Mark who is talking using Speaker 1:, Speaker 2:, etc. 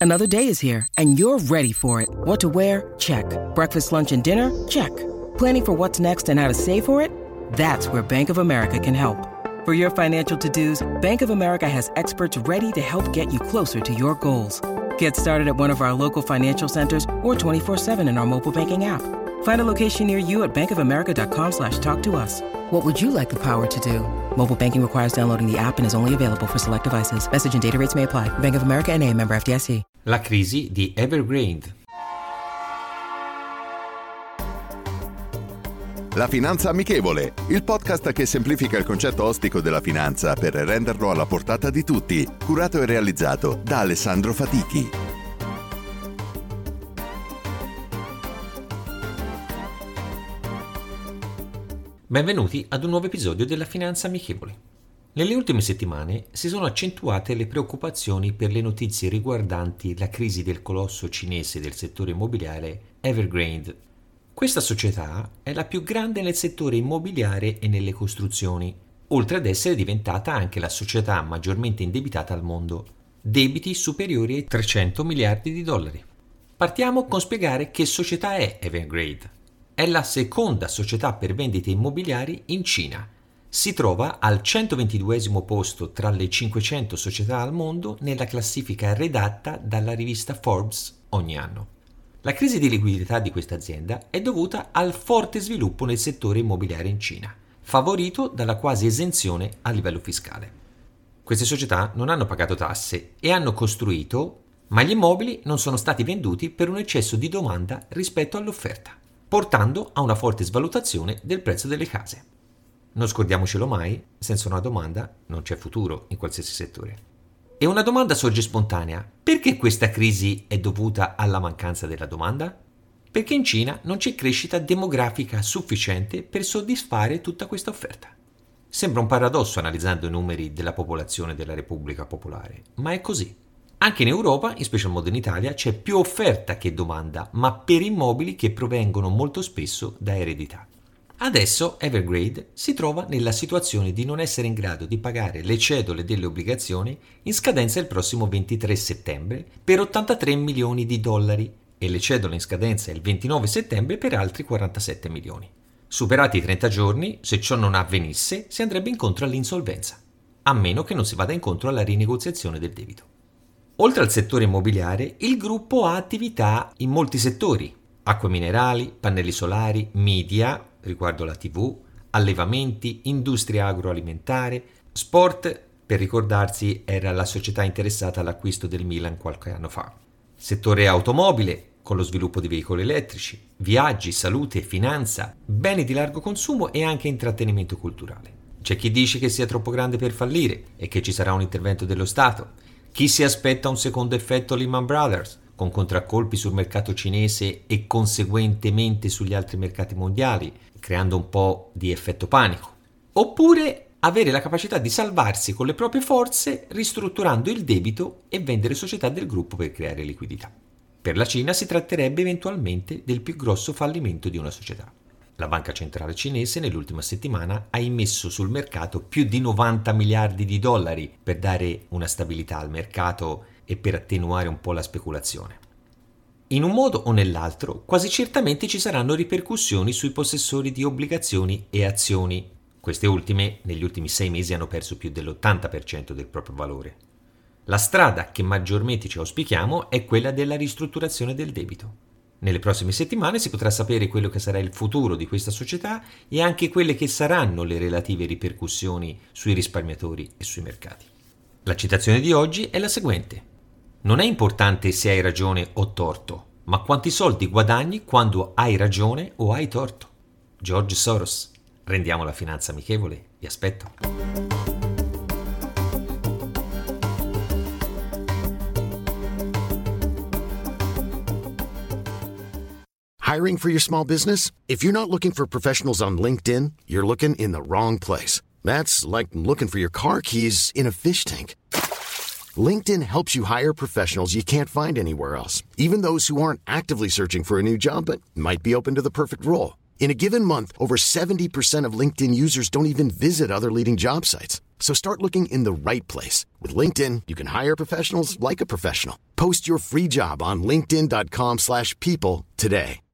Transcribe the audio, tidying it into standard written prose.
Speaker 1: Another day is here, and you're ready for it. What to wear? Check. Breakfast, lunch, and dinner? Check. Planning for what's next and how to save for it? That's where Bank of America can help. For your financial to-dos, Bank of America has experts ready to help get you closer to your goals. Get started at one of our local financial centers or 24/7 in our mobile banking app. Find a location near you at bankofamerica.com/talktous. What would you like the power to do? Mobile banking requires downloading the app and is only available for select devices. Message and data rates may apply. Bank of America N.A., member FDIC.
Speaker 2: La crisi di Evergrande.
Speaker 3: La Finanza Amichevole, il podcast che semplifica il concetto ostico della finanza per renderlo alla portata di tutti, curato e realizzato da Alessandro Fatichi.
Speaker 2: Benvenuti ad un nuovo episodio della Finanza Amichevole. Nelle ultime settimane si sono accentuate le preoccupazioni per le notizie riguardanti la crisi del colosso cinese del settore immobiliare Evergrande. Questa società è la più grande nel settore immobiliare e nelle costruzioni, oltre ad essere diventata anche la società maggiormente indebitata al mondo, debiti superiori ai 300 miliardi di dollari. Partiamo con spiegare che società è Evergrande. È la seconda società per vendite immobiliari in Cina. Si trova al 122esimo posto tra le 500 società al mondo nella classifica redatta dalla rivista Forbes ogni anno. La crisi di liquidità di questa azienda è dovuta al forte sviluppo nel settore immobiliare in Cina, favorito dalla quasi esenzione a livello fiscale. Queste società non hanno pagato tasse e hanno costruito, ma gli immobili non sono stati venduti per un eccesso di domanda rispetto all'offerta, portando a una forte svalutazione del prezzo delle case. Non scordiamocelo mai, senza una domanda non c'è futuro in qualsiasi settore. E una domanda sorge spontanea: perché questa crisi è dovuta alla mancanza della domanda? Perché in Cina non c'è crescita demografica sufficiente per soddisfare tutta questa offerta. Sembra un paradosso analizzando i numeri della popolazione della Repubblica Popolare, ma è così. Anche in Europa, in special modo in Italia, c'è più offerta che domanda, ma per immobili che provengono molto spesso da eredità. Adesso Evergrande si trova nella situazione di non essere in grado di pagare le cedole delle obbligazioni in scadenza il prossimo 23 settembre per 83 milioni di dollari e le cedole in scadenza il 29 settembre per altri 47 milioni. Superati i 30 giorni, se ciò non avvenisse, si andrebbe incontro all'insolvenza, a meno che non si vada incontro alla rinegoziazione del debito. Oltre al settore immobiliare, il gruppo ha attività in molti settori: acque minerali, pannelli solari, media, riguardo la TV, allevamenti, industria agroalimentare, sport, per ricordarsi era la società interessata all'acquisto del Milan qualche anno fa, settore automobile con lo sviluppo di veicoli elettrici, viaggi, salute, finanza, beni di largo consumo e anche intrattenimento culturale. C'è chi dice che sia troppo grande per fallire e che ci sarà un intervento dello Stato, chi si aspetta un secondo effetto Lehman Brothers, con contraccolpi sul mercato cinese e conseguentemente sugli altri mercati mondiali, creando un po' di effetto panico. Oppure avere la capacità di salvarsi con le proprie forze ristrutturando il debito e vendere società del gruppo per creare liquidità. Per la Cina si tratterebbe eventualmente del più grosso fallimento di una società. La banca centrale cinese nell'ultima settimana ha immesso sul mercato più di 90 miliardi di dollari per dare una stabilità al mercato e per attenuare un po' la speculazione. In un modo o nell'altro, quasi certamente ci saranno ripercussioni sui possessori di obbligazioni e azioni. Queste ultime, negli ultimi 6 mesi, hanno perso più dell'80% del proprio valore. La strada che maggiormente ci auspichiamo è quella della ristrutturazione del debito. Nelle prossime settimane si potrà sapere quello che sarà il futuro di questa società e anche quelle che saranno le relative ripercussioni sui risparmiatori e sui mercati. La citazione di oggi è la seguente: non è importante se hai ragione o torto, ma quanti soldi guadagni quando hai ragione o hai torto. George Soros. Rendiamo la finanza amichevole. Vi aspetto.
Speaker 4: Hiring for your small business? If you're not looking for professionals on LinkedIn, you're looking in the wrong place. That's like looking for your car keys in a fish tank. LinkedIn helps you hire professionals you can't find anywhere else, even those who aren't actively searching for a new job but might be open to the perfect role. In a given month, over 70% of LinkedIn users don't even visit other leading job sites. So start looking in the right place. With LinkedIn, you can hire professionals like a professional. Post your free job on linkedin.com/people today.